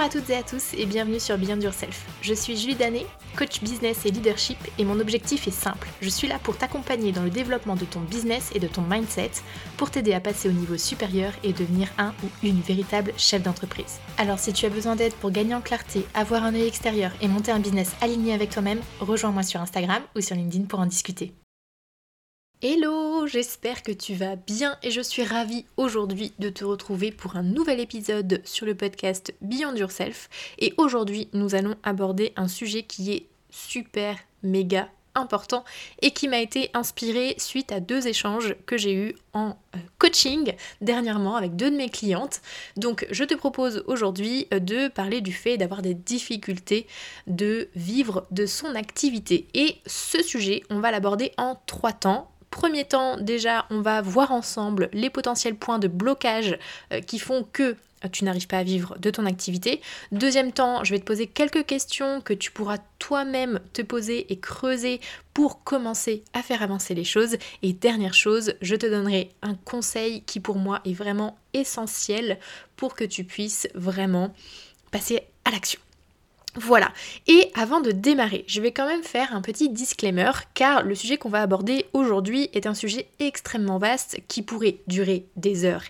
à toutes et à tous et bienvenue sur Beyond Yourself. Je suis Julie Danet, coach business et leadership et mon objectif est simple. Je suis là pour t'accompagner dans le développement de ton business et de ton mindset pour t'aider à passer au niveau supérieur et devenir un ou une véritable chef d'entreprise. Alors si tu as besoin d'aide pour gagner en clarté, avoir un œil extérieur et monter un business aligné avec toi-même, rejoins-moi sur Instagram ou sur LinkedIn pour en discuter. Hello, j'espère que tu vas bien et je suis ravie aujourd'hui de te retrouver pour un nouvel épisode sur le podcast Beyond Yourself. Et aujourd'hui, nous allons aborder un sujet qui est super méga important et qui m'a été inspiré suite à 2 échanges que j'ai eus en coaching dernièrement avec 2 de mes clientes. Donc je te propose aujourd'hui de parler du fait d'avoir des difficultés de vivre de son activité. Et ce sujet, on va l'aborder en 3 temps. Premier temps, déjà, on va voir ensemble les potentiels points de blocage qui font que tu n'arrives pas à vivre de ton activité. Deuxième temps, je vais te poser quelques questions que tu pourras toi-même te poser et creuser pour commencer à faire avancer les choses. Et dernière chose, je te donnerai un conseil qui pour moi est vraiment essentiel pour que tu puisses vraiment passer à l'action. Voilà, et avant de démarrer, je vais quand même faire un petit disclaimer car le sujet qu'on va aborder aujourd'hui est un sujet extrêmement vaste qui pourrait durer des heures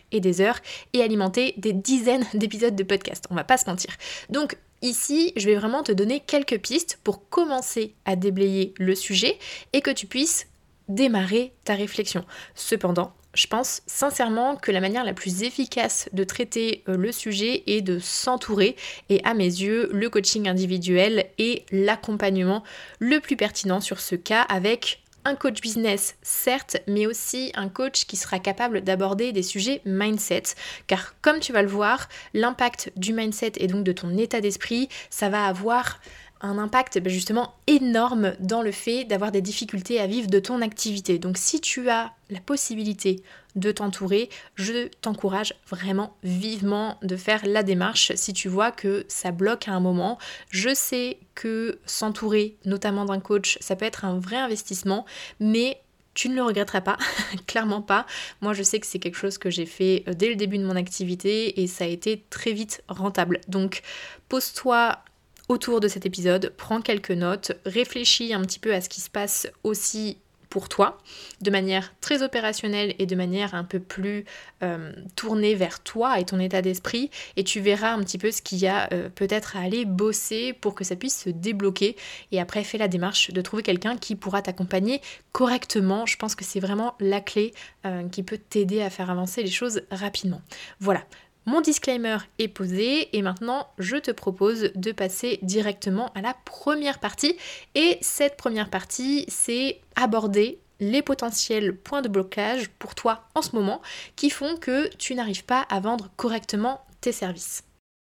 et alimenter des dizaines d'épisodes de podcast, on va pas se mentir. Donc ici, je vais vraiment te donner quelques pistes pour commencer à déblayer le sujet et que tu puisses démarrer ta réflexion. Cependant, je pense sincèrement que la manière la plus efficace de traiter le sujet est de s'entourer et à mes yeux, le coaching individuel est l'accompagnement le plus pertinent sur ce cas avec un coach business certes, mais aussi un coach qui sera capable d'aborder des sujets mindset. Car comme tu vas le voir, l'impact du mindset et donc de ton état d'esprit, ça va avoir un impact justement énorme dans le fait d'avoir des difficultés à vivre de ton activité. Donc si tu as la possibilité de t'entourer, je t'encourage vraiment vivement de faire la démarche si tu vois que ça bloque à un moment. Je sais que s'entourer notamment d'un coach, ça peut être un vrai investissement, mais tu ne le regretteras pas, clairement pas. Moi, je sais que c'est quelque chose que j'ai fait dès le début de mon activité et ça a été très vite rentable. Donc pose-toi autour de cet épisode, prends quelques notes, réfléchis un petit peu à ce qui se passe aussi pour toi, de manière très opérationnelle et de manière un peu plus tournée vers toi et ton état d'esprit, et tu verras un petit peu ce qu'il y a peut-être à aller bosser pour que ça puisse se débloquer, et après fais la démarche de trouver quelqu'un qui pourra t'accompagner correctement. Je pense que c'est vraiment la clé qui peut t'aider à faire avancer les choses rapidement. Voilà. Mon disclaimer est posé et maintenant je te propose de passer directement à la première partie. Et cette première partie, c'est aborder les potentiels points de blocage pour toi en ce moment qui font que tu n'arrives pas à vendre correctement tes services.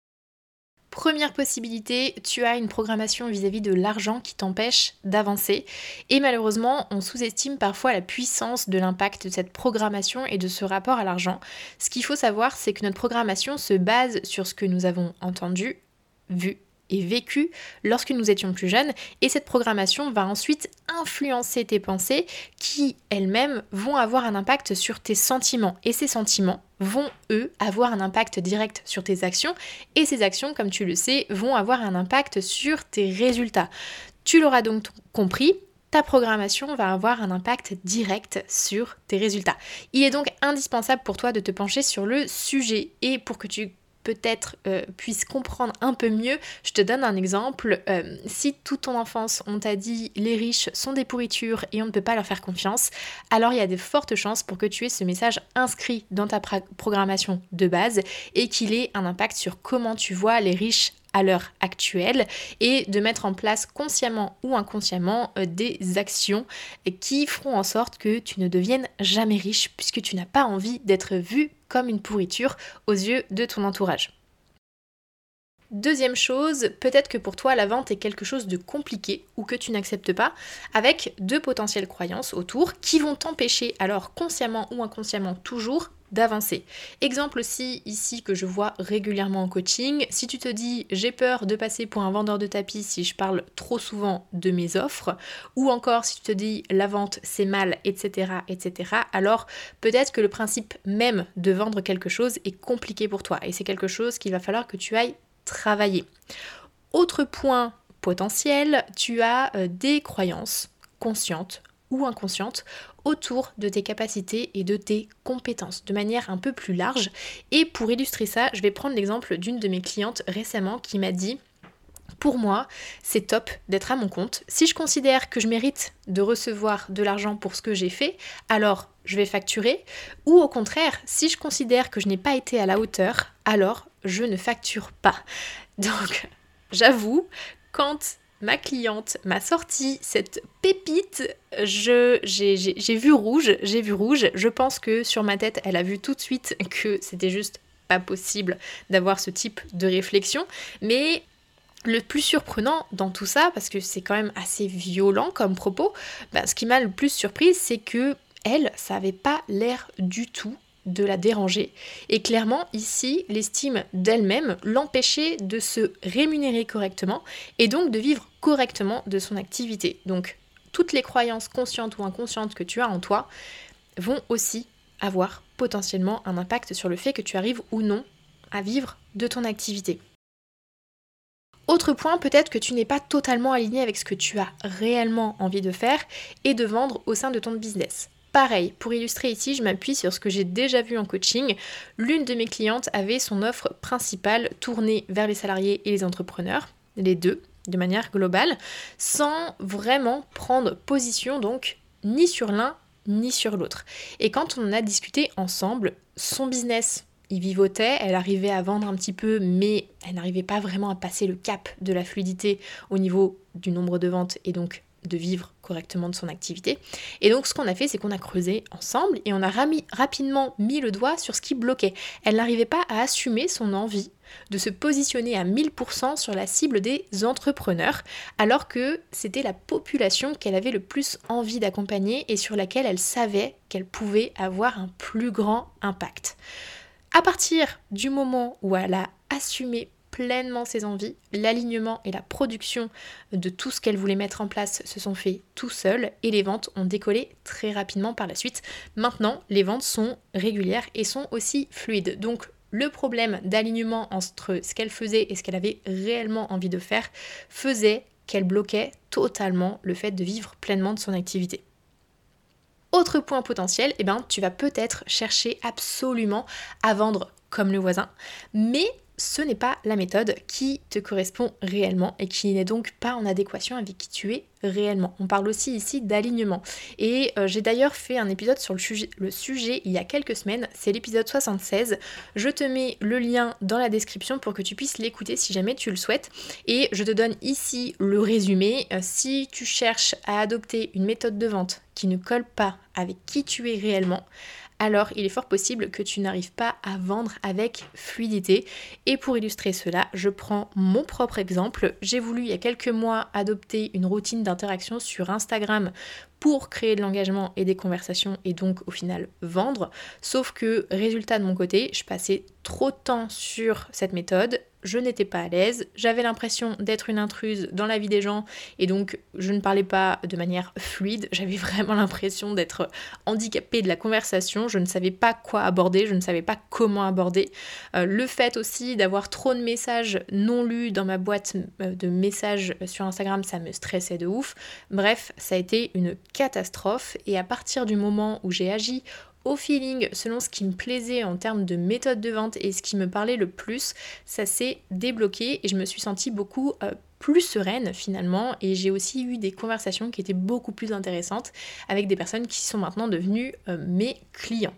Première possibilité, tu as une programmation vis-à-vis de l'argent qui t'empêche d'avancer et malheureusement on sous-estime parfois la puissance de l'impact de cette programmation et de ce rapport à l'argent. Ce qu'il faut savoir, c'est que notre programmation se base sur ce que nous avons entendu, vu et vécu lorsque nous étions plus jeunes, et cette programmation va ensuite influencer tes pensées qui elles-mêmes vont avoir un impact sur tes sentiments, et ces sentiments vont eux avoir un impact direct sur tes actions, et ces actions, comme tu le sais, vont avoir un impact sur tes résultats. Tu l'auras donc compris, ta programmation va avoir un impact direct sur tes résultats. Il est donc indispensable pour toi de te pencher sur le sujet, et pour que tu peut-être puisse comprendre un peu mieux, je te donne un exemple. Si toute ton enfance on t'a dit les riches sont des pourritures et on ne peut pas leur faire confiance, alors il y a de fortes chances pour que tu aies ce message inscrit dans ta programmation de base et qu'il ait un impact sur comment tu vois les riches à l'heure actuelle, et de mettre en place consciemment ou inconsciemment des actions qui feront en sorte que tu ne deviennes jamais riche puisque tu n'as pas envie d'être vu comme une pourriture aux yeux de ton entourage. Deuxième chose, peut-être que pour toi la vente est quelque chose de compliqué ou que tu n'acceptes pas, avec 2 potentielles croyances autour qui vont t'empêcher, alors consciemment ou inconsciemment toujours, d'avancer. Exemple aussi ici que je vois régulièrement en coaching, si tu te dis j'ai peur de passer pour un vendeur de tapis si je parle trop souvent de mes offres, ou encore si tu te dis la vente c'est mal, etc., alors peut-être que le principe même de vendre quelque chose est compliqué pour toi et c'est quelque chose qu'il va falloir que tu ailles travailler. Autre point potentiel, tu as des croyances conscientes ou inconscientes autour de tes capacités et de tes compétences de manière un peu plus large. Et pour illustrer ça, je vais prendre l'exemple d'une de mes clientes récemment qui m'a dit: pour moi, c'est top d'être à mon compte. Si je considère que je mérite de recevoir de l'argent pour ce que j'ai fait, alors je vais facturer. Ou au contraire, si je considère que je n'ai pas été à la hauteur, alors je ne facture pas. Donc, j'avoue, quand ma cliente m'a sorti cette pépite, j'ai vu rouge. Je pense que sur ma tête, elle a vu tout de suite que c'était juste pas possible d'avoir ce type de réflexion. Mais le plus surprenant dans tout ça, parce que c'est quand même assez violent comme propos, ce qui m'a le plus surprise, c'est que elle, ça avait pas l'air du tout de la déranger. Et clairement, ici, l'estime d'elle-même l'empêchait de se rémunérer correctement et donc de vivre correctement de son activité. Donc, toutes les croyances conscientes ou inconscientes que tu as en toi vont aussi avoir potentiellement un impact sur le fait que tu arrives ou non à vivre de ton activité. Autre point, peut-être que tu n'es pas totalement aligné avec ce que tu as réellement envie de faire et de vendre au sein de ton business. Pareil, pour illustrer ici, je m'appuie sur ce que j'ai déjà vu en coaching. L'une de mes clientes avait son offre principale tournée vers les salariés et les entrepreneurs, les deux, de manière globale, sans vraiment prendre position donc ni sur l'un ni sur l'autre. Et quand on en a discuté ensemble, son business, il vivotait, elle arrivait à vendre un petit peu, mais elle n'arrivait pas vraiment à passer le cap de la fluidité au niveau du nombre de ventes et donc de vivre correctement de son activité. Et donc ce qu'on a fait, c'est qu'on a creusé ensemble et on a rapidement mis le doigt sur ce qui bloquait. Elle n'arrivait pas à assumer son envie de se positionner à 1000% sur la cible des entrepreneurs, alors que c'était la population qu'elle avait le plus envie d'accompagner et sur laquelle elle savait qu'elle pouvait avoir un plus grand impact. À partir du moment où elle a assumé pleinement ses envies, l'alignement et la production de tout ce qu'elle voulait mettre en place se sont faits tout seuls et les ventes ont décollé très rapidement par la suite. Maintenant, les ventes sont régulières et sont aussi fluides. Donc, le problème d'alignement entre ce qu'elle faisait et ce qu'elle avait réellement envie de faire faisait qu'elle bloquait totalement le fait de vivre pleinement de son activité. Autre point potentiel, tu vas peut-être chercher absolument à vendre comme le voisin, mais ce n'est pas la méthode qui te correspond réellement et qui n'est donc pas en adéquation avec qui tu es réellement. On parle aussi ici d'alignement. Et j'ai d'ailleurs fait un épisode sur le sujet il y a quelques semaines, c'est l'épisode 76. Je te mets le lien dans la description pour que tu puisses l'écouter si jamais tu le souhaites. Et je te donne ici le résumé. Si tu cherches à adopter une méthode de vente qui ne colle pas avec qui tu es réellement, alors il est fort possible que tu n'arrives pas à vendre avec fluidité. Et pour illustrer cela, je prends mon propre exemple. J'ai voulu il y a quelques mois adopter une routine d'interaction sur Instagram pour créer de l'engagement et des conversations et donc au final vendre. Sauf que résultat de mon côté, je passais trop de temps sur cette méthode, je n'étais pas à l'aise, j'avais l'impression d'être une intruse dans la vie des gens et donc je ne parlais pas de manière fluide, j'avais vraiment l'impression d'être handicapée de la conversation, je ne savais pas quoi aborder, je ne savais pas comment aborder. Le fait aussi d'avoir trop de messages non lus dans ma boîte de messages sur Instagram, ça me stressait de ouf. Bref, ça a été une catastrophe et à partir du moment où j'ai agi au feeling, selon ce qui me plaisait en termes de méthode de vente et ce qui me parlait le plus, ça s'est débloqué et je me suis sentie beaucoup plus sereine finalement et j'ai aussi eu des conversations qui étaient beaucoup plus intéressantes avec des personnes qui sont maintenant devenues mes clients.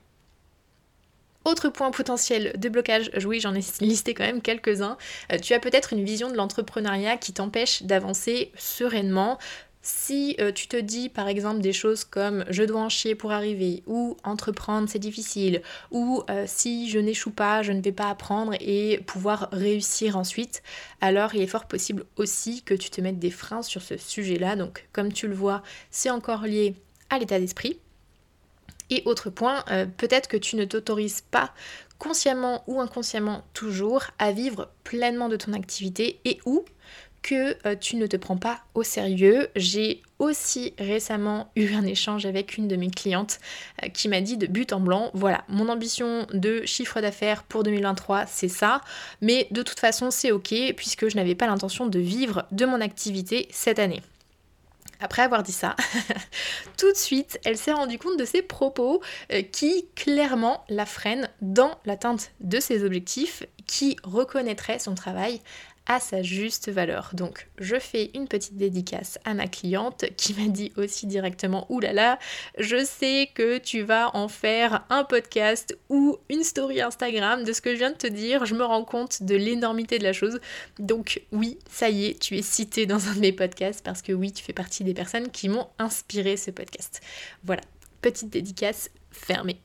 Autre point potentiel de blocage, oui j'en ai listé quand même quelques-uns, tu as peut-être une vision de l'entrepreneuriat qui t'empêche d'avancer sereinement. Si tu te dis par exemple des choses comme je dois en chier pour arriver ou entreprendre c'est difficile ou si je n'échoue pas je ne vais pas apprendre et pouvoir réussir ensuite, alors il est fort possible aussi que tu te mettes des freins sur ce sujet-là. Donc comme tu le vois, c'est encore lié à l'état d'esprit. Et autre point, peut-être que tu ne t'autorises pas consciemment ou inconsciemment toujours à vivre pleinement de ton activité et ou que tu ne te prends pas au sérieux. J'ai aussi récemment eu un échange avec une de mes clientes qui m'a dit de but en blanc, voilà, mon ambition de chiffre d'affaires pour 2023, c'est ça, mais de toute façon c'est ok puisque je n'avais pas l'intention de vivre de mon activité cette année. Après avoir dit ça, tout de suite, elle s'est rendue compte de ses propos qui clairement la freinent dans l'atteinte de ses objectifs, qui reconnaîtraient son travail à sa juste valeur. Donc je fais une petite dédicace à ma cliente qui m'a dit aussi directement: ouh là là, je sais que tu vas en faire un podcast ou une story Instagram de ce que je viens de te dire, je me rends compte de l'énormité de la chose. Donc oui, ça y est, tu es citée dans un de mes podcasts parce que oui, tu fais partie des personnes qui m'ont inspiré ce podcast. Voilà, petite dédicace fermée.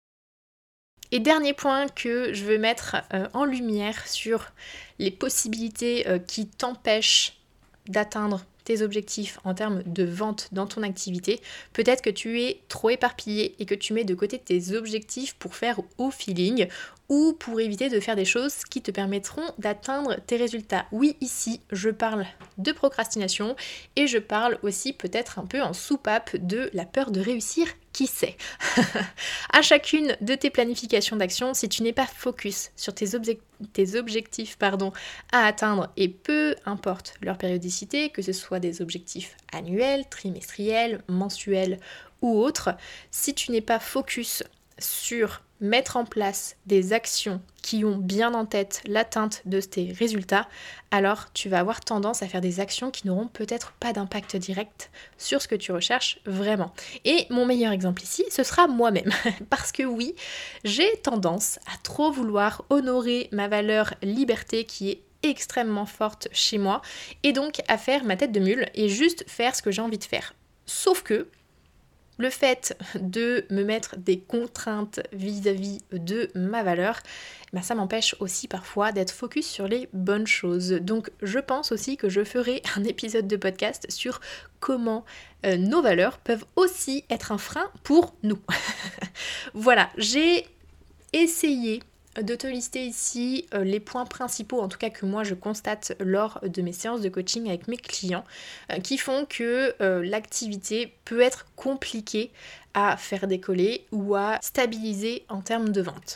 Et dernier point que je veux mettre en lumière sur les possibilités qui t'empêchent d'atteindre tes objectifs en termes de vente dans ton activité. Peut-être que tu es trop éparpillé et que tu mets de côté tes objectifs pour faire au feeling ou pour éviter de faire des choses qui te permettront d'atteindre tes résultats. Oui, ici, je parle de procrastination et je parle aussi peut-être un peu en soupape de la peur de réussir, qui sait. À chacune de tes planifications d'action, si tu n'es pas focus sur tes objectifs à atteindre, et peu importe leur périodicité, que ce soit des objectifs annuels, trimestriels, mensuels ou autres, si tu n'es pas focus sur mettre en place des actions qui ont bien en tête l'atteinte de tes résultats, alors tu vas avoir tendance à faire des actions qui n'auront peut-être pas d'impact direct sur ce que tu recherches vraiment. Et mon meilleur exemple ici, ce sera moi-même. Parce que oui, j'ai tendance à trop vouloir honorer ma valeur liberté qui est extrêmement forte chez moi, et donc à faire ma tête de mule et juste faire ce que j'ai envie de faire. Sauf que le fait de me mettre des contraintes vis-à-vis de ma valeur, ça m'empêche aussi parfois d'être focus sur les bonnes choses. Donc je pense aussi que je ferai un épisode de podcast sur comment nos valeurs peuvent aussi être un frein pour nous. Voilà, j'ai essayé de te lister ici les points principaux, en tout cas que moi je constate lors de mes séances de coaching avec mes clients, qui font que l'activité peut être compliquée à faire décoller ou à stabiliser en termes de vente.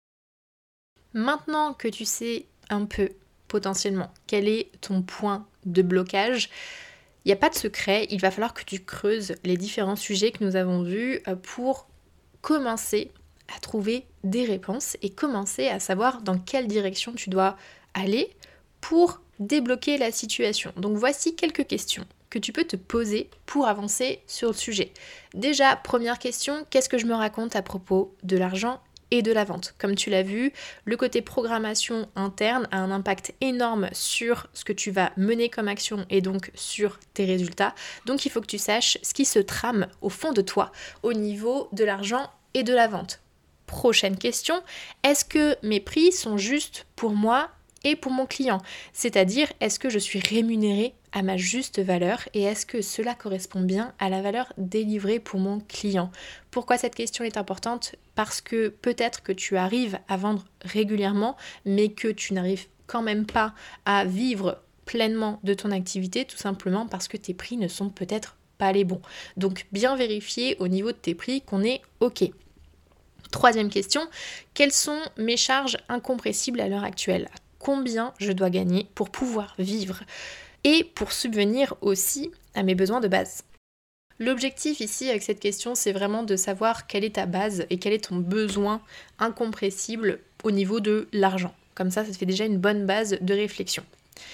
Maintenant que tu sais un peu potentiellement quel est ton point de blocage, il n'y a pas de secret, il va falloir que tu creuses les différents sujets que nous avons vus pour commencer à trouver des réponses et commencer à savoir dans quelle direction tu dois aller pour débloquer la situation. Donc voici quelques questions que tu peux te poser pour avancer sur le sujet. Déjà, première question, qu'est-ce que je me raconte à propos de l'argent et de la vente? Comme tu l'as vu, le côté programmation interne a un impact énorme sur ce que tu vas mener comme action et donc sur tes résultats. Donc il faut que tu saches ce qui se trame au fond de toi au niveau de l'argent et de la vente. Prochaine question, est-ce que mes prix sont justes pour moi et pour mon client? C'est-à-dire, est-ce que je suis rémunérée à ma juste valeur et est-ce que cela correspond bien à la valeur délivrée pour mon client? Pourquoi cette question est importante? Parce que peut-être que tu arrives à vendre régulièrement, mais que tu n'arrives quand même pas à vivre pleinement de ton activité, tout simplement parce que tes prix ne sont peut-être pas les bons. Donc, bien vérifier au niveau de tes prix qu'on est OK. Troisième question, quelles sont mes charges incompressibles à l'heure actuelle? Combien je dois gagner pour pouvoir vivre et pour subvenir aussi à mes besoins de base? L'objectif ici avec cette question, c'est vraiment de savoir quelle est ta base et quel est ton besoin incompressible au niveau de l'argent. Comme ça te fait déjà une bonne base de réflexion.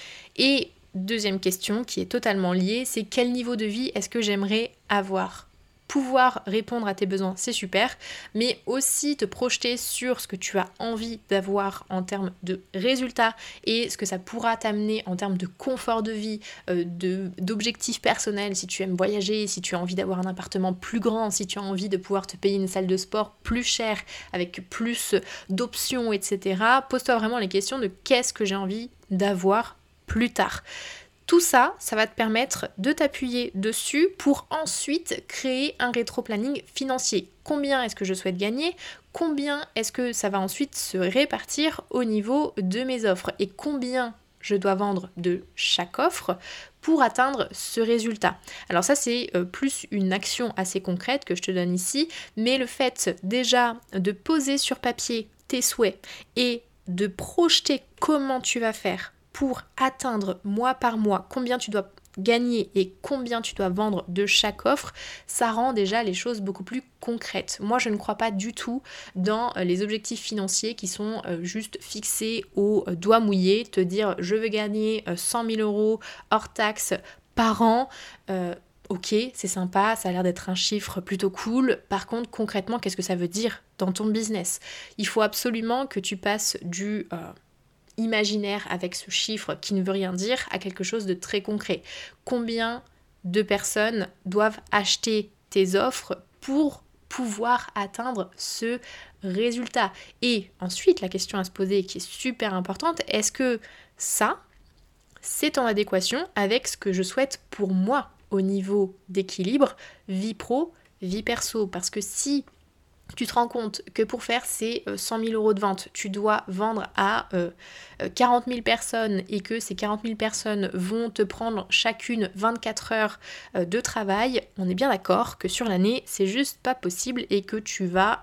Et deuxième question qui est totalement liée, c'est quel niveau de vie est-ce que j'aimerais avoir? Pouvoir répondre à tes besoins, c'est super, mais aussi te projeter sur ce que tu as envie d'avoir en termes de résultats et ce que ça pourra t'amener en termes de confort de vie, d'objectifs personnels, si tu aimes voyager, si tu as envie d'avoir un appartement plus grand, si tu as envie de pouvoir te payer une salle de sport plus chère, avec plus d'options, etc. Pose-toi vraiment les questions de qu'est-ce que j'ai envie d'avoir plus tard. Tout ça, ça va te permettre de t'appuyer dessus pour ensuite créer un rétro-planning financier. Combien est-ce que je souhaite gagner? Combien est-ce que ça va ensuite se répartir au niveau de mes offres? Et combien je dois vendre de chaque offre pour atteindre ce résultat. Alors ça, c'est plus une action assez concrète que je te donne ici, mais le fait déjà de poser sur papier tes souhaits et de projeter comment tu vas faire pour atteindre mois par mois combien tu dois gagner et combien tu dois vendre de chaque offre, ça rend déjà les choses beaucoup plus concrètes. Moi, je ne crois pas du tout dans les objectifs financiers qui sont juste fixés au doigt mouillé, te dire je veux gagner 100 000 euros hors taxes par an. Ok, c'est sympa, ça a l'air d'être un chiffre plutôt cool. Par contre, concrètement, qu'est-ce que ça veut dire dans ton business ? Il faut absolument que tu passes du imaginaire avec ce chiffre qui ne veut rien dire à quelque chose de très concret. Combien de personnes doivent acheter tes offres pour pouvoir atteindre ce résultat ? Et ensuite, la question à se poser qui est super importante, est-ce que ça, c'est en adéquation avec ce que je souhaite pour moi au niveau d'équilibre, vie pro, vie perso ? Parce que si tu te rends compte que pour faire ces 100 000 euros de vente, tu dois vendre à 40 000 personnes et que ces 40 000 personnes vont te prendre chacune 24 heures de travail, on est bien d'accord que sur l'année, c'est juste pas possible et que tu vas...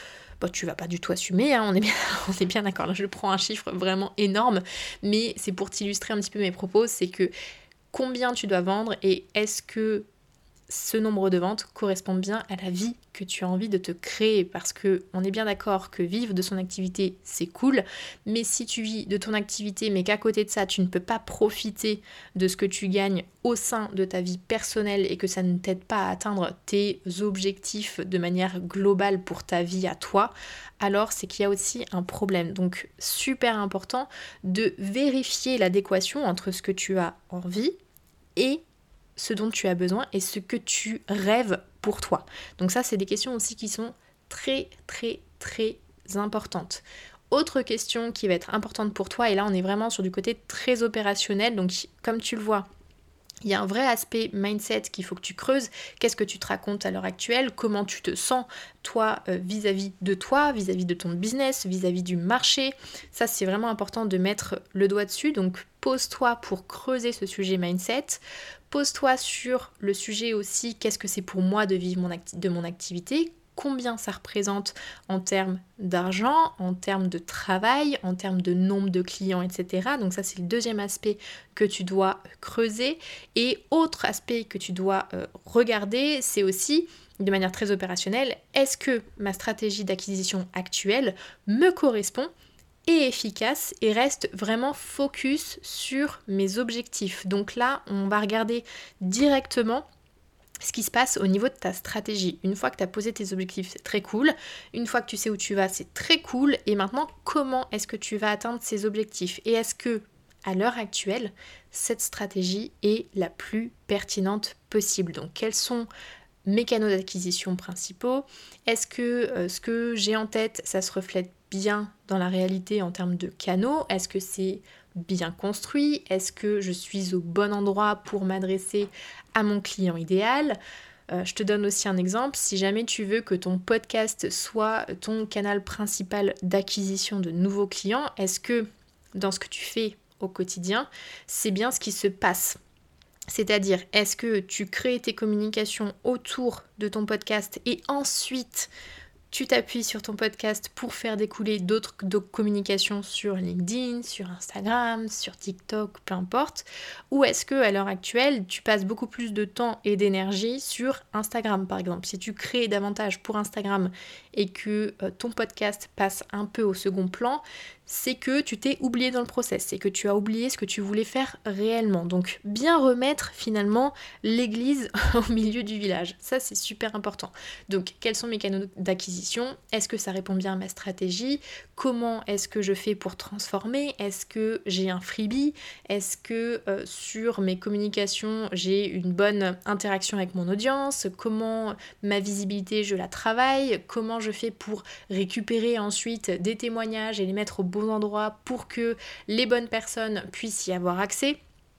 tu vas pas du tout assumer, hein, on est bien d'accord. Là, je prends un chiffre vraiment énorme, mais c'est pour t'illustrer un petit peu mes propos, c'est que combien tu dois vendre et est-ce que ce nombre de ventes correspond bien à la vie que tu as envie de te créer, parce que on est bien d'accord que vivre de son activité c'est cool, mais si tu vis de ton activité mais qu'à côté de ça tu ne peux pas profiter de ce que tu gagnes au sein de ta vie personnelle et que ça ne t'aide pas à atteindre tes objectifs de manière globale pour ta vie à toi, alors c'est qu'il y a aussi un problème. Donc super important de vérifier l'adéquation entre ce que tu as envie et ce dont tu as besoin et ce que tu rêves pour toi. Donc ça, c'est des questions aussi qui sont très, très, très importantes. Autre question qui va être importante pour toi, et là on est vraiment sur du côté très opérationnel, donc comme tu le vois, il y a un vrai aspect mindset qu'il faut que tu creuses. Qu'est-ce que tu te racontes à l'heure actuelle ? Comment tu te sens, toi, vis-à-vis de toi, vis-à-vis de ton business, vis-à-vis du marché ? Ça, c'est vraiment important de mettre le doigt dessus. Donc, pose-toi pour creuser ce sujet mindset. Pose-toi sur le sujet aussi, qu'est-ce que c'est pour moi de vivre de mon activité ? Combien ça représente en termes d'argent, en termes de travail, en termes de nombre de clients, etc. Donc ça, c'est le deuxième aspect que tu dois creuser. Et autre aspect que tu dois regarder, c'est aussi, de manière très opérationnelle, est-ce que ma stratégie d'acquisition actuelle me correspond et efficace et reste vraiment focus sur mes objectifs. Donc là, on va regarder directement ce qui se passe au niveau de ta stratégie. Une fois que tu as posé tes objectifs, c'est très cool. Une fois que tu sais où tu vas, c'est très cool. Et maintenant, comment est-ce que tu vas atteindre ces objectifs ? Et est-ce que, à l'heure actuelle, cette stratégie est la plus pertinente possible ? Donc, quels sont mes canaux d'acquisition principaux ? Est-ce que ce que j'ai en tête, ça se reflète bien dans la réalité en termes de canaux ? Est-ce que c'est bien construit ? Est-ce que je suis au bon endroit pour m'adresser à mon client idéal ? Je te donne aussi un exemple. Si jamais tu veux que ton podcast soit ton canal principal d'acquisition de nouveaux clients, est-ce que dans ce que tu fais au quotidien, c'est bien ce qui se passe ? C'est-à-dire, est-ce que tu crées tes communications autour de ton podcast et ensuite tu t'appuies sur ton podcast pour faire découler d'autres communications sur LinkedIn, sur Instagram, sur TikTok, peu importe. Ou est-ce que à l'heure actuelle, tu passes beaucoup plus de temps et d'énergie sur Instagram, par exemple. Si tu crées davantage pour Instagram et que ton podcast passe un peu au second plan, c'est que tu t'es oublié dans le process, c'est que tu as oublié ce que tu voulais faire réellement. Donc bien remettre finalement l'église au milieu du village, ça c'est super important. Donc quels sont mes canaux d'acquisition ? Est-ce que ça répond bien à ma stratégie ? Comment est-ce que je fais pour transformer ? Est-ce que j'ai un freebie ? Est-ce que sur mes communications j'ai une bonne interaction avec mon audience ? Comment ma visibilité je la travaille ? Comment je fais pour récupérer ensuite des témoignages et les mettre au bon endroit pour que les bonnes personnes puissent y avoir accès.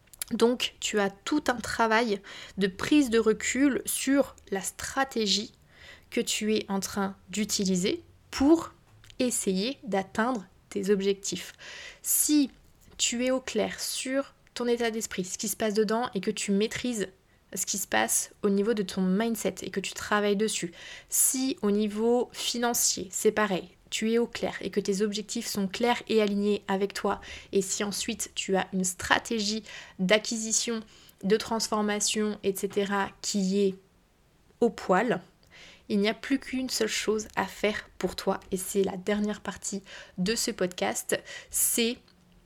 Donc tu as tout un travail de prise de recul sur la stratégie que tu es en train d'utiliser pour essayer d'atteindre tes objectifs. Si tu es au clair sur ton état d'esprit, ce qui se passe dedans et que tu maîtrises ce qui se passe au niveau de ton mindset et que tu travailles dessus. Si au niveau financier, c'est pareil, tu es au clair et que tes objectifs sont clairs et alignés avec toi, et si ensuite tu as une stratégie d'acquisition, de transformation, etc. qui est au poil, il n'y a plus qu'une seule chose à faire pour toi, et c'est la dernière partie de ce podcast, c'est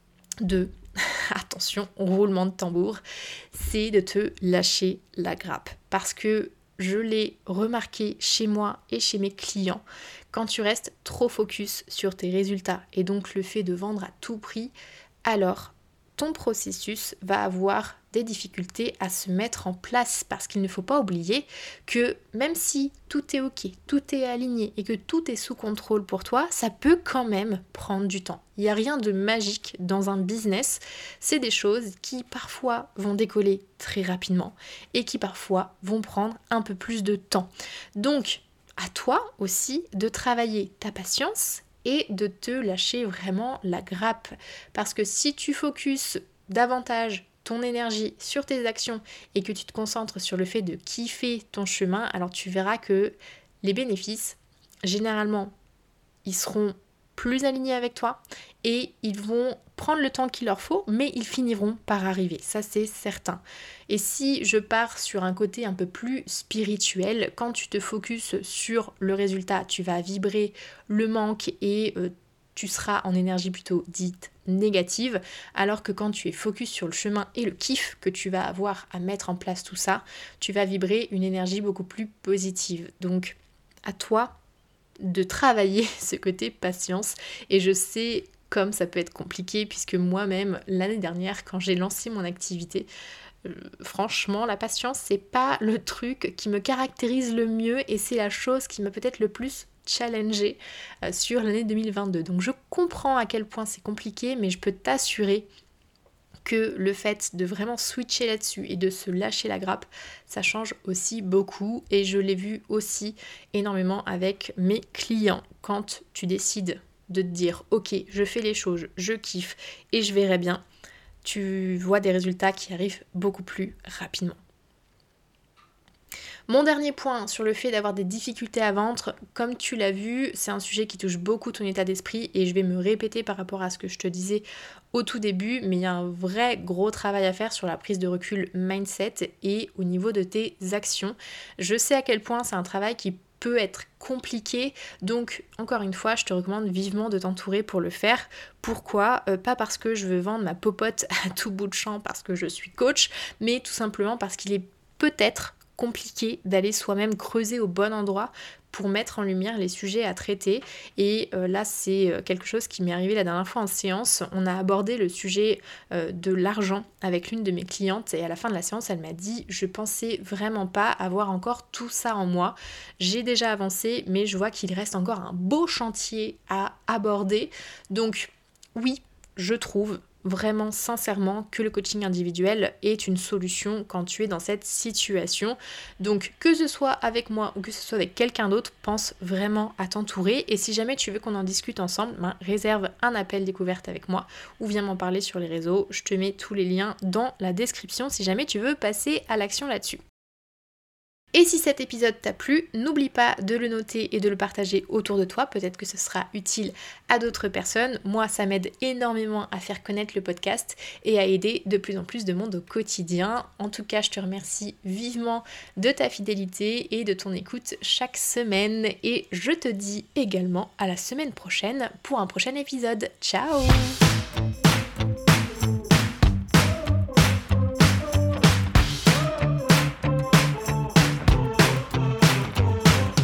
de, attention, roulement de tambour, c'est de te lâcher la grappe. Parce que je l'ai remarqué chez moi et chez mes clients, quand tu restes trop focus sur tes résultats et donc le fait de vendre à tout prix, alors ton processus va avoir des difficultés à se mettre en place, parce qu'il ne faut pas oublier que même si tout est ok, tout est aligné et que tout est sous contrôle pour toi, ça peut quand même prendre du temps. Il n'y a rien de magique dans un business, c'est des choses qui parfois vont décoller très rapidement et qui parfois vont prendre un peu plus de temps. Donc, à toi aussi de travailler ta patience et de te lâcher vraiment la grappe. Parce que si tu focuses davantage ton énergie sur tes actions et que tu te concentres sur le fait de kiffer ton chemin, alors tu verras que les bénéfices, généralement, ils seront plus alignés avec toi et ils vont prendre le temps qu'il leur faut, mais ils finiront par arriver, ça c'est certain. Et si je pars sur un côté un peu plus spirituel, quand tu te focuses sur le résultat, tu vas vibrer le manque et tu seras en énergie plutôt dite négative, alors que quand tu es focus sur le chemin et le kiff que tu vas avoir à mettre en place tout ça, tu vas vibrer une énergie beaucoup plus positive. Donc à toi de travailler ce côté patience, et je sais comme ça peut être compliqué, puisque moi-même l'année dernière quand j'ai lancé mon activité, franchement la patience c'est pas le truc qui me caractérise le mieux et c'est la chose qui m'a peut-être le plus challengée sur l'année 2022. Donc je comprends à quel point c'est compliqué, mais je peux t'assurer que le fait de vraiment switcher là-dessus et de se lâcher la grappe, ça change aussi beaucoup, et je l'ai vu aussi énormément avec mes clients. Quand tu décides de te dire ok, je fais les choses, je kiffe et je verrai bien, tu vois des résultats qui arrivent beaucoup plus rapidement. Mon dernier point sur le fait d'avoir des difficultés à vendre, comme tu l'as vu, c'est un sujet qui touche beaucoup ton état d'esprit, et je vais me répéter par rapport à ce que je te disais au tout début, mais il y a un vrai gros travail à faire sur la prise de recul mindset et au niveau de tes actions. Je sais à quel point c'est un travail qui peut être compliqué, donc encore une fois je te recommande vivement de t'entourer pour le faire. Pourquoi ? Pas parce que je veux vendre ma popote à tout bout de champ parce que je suis coach, mais tout simplement parce qu'il est peut-être compliqué d'aller soi-même creuser au bon endroit pour mettre en lumière les sujets à traiter. Et là c'est quelque chose qui m'est arrivé la dernière fois en séance. On a abordé le sujet de l'argent avec l'une de mes clientes, et à la fin de la séance elle m'a dit je pensais vraiment pas avoir encore tout ça en moi, j'ai déjà avancé mais je vois qu'il reste encore un beau chantier à aborder. Donc oui, je trouve vraiment sincèrement que le coaching individuel est une solution quand tu es dans cette situation. Donc que ce soit avec moi ou que ce soit avec quelqu'un d'autre, pense vraiment à t'entourer, et si jamais tu veux qu'on en discute ensemble, réserve un appel découverte avec moi ou viens m'en parler sur les réseaux. Je te mets tous les liens dans la description si jamais tu veux passer à l'action là-dessus. Et si cet épisode t'a plu, n'oublie pas de le noter et de le partager autour de toi, peut-être que ce sera utile à d'autres personnes. Moi, ça m'aide énormément à faire connaître le podcast et à aider de plus en plus de monde au quotidien. En tout cas, je te remercie vivement de ta fidélité et de ton écoute chaque semaine, et je te dis également à la semaine prochaine pour un prochain épisode. Ciao!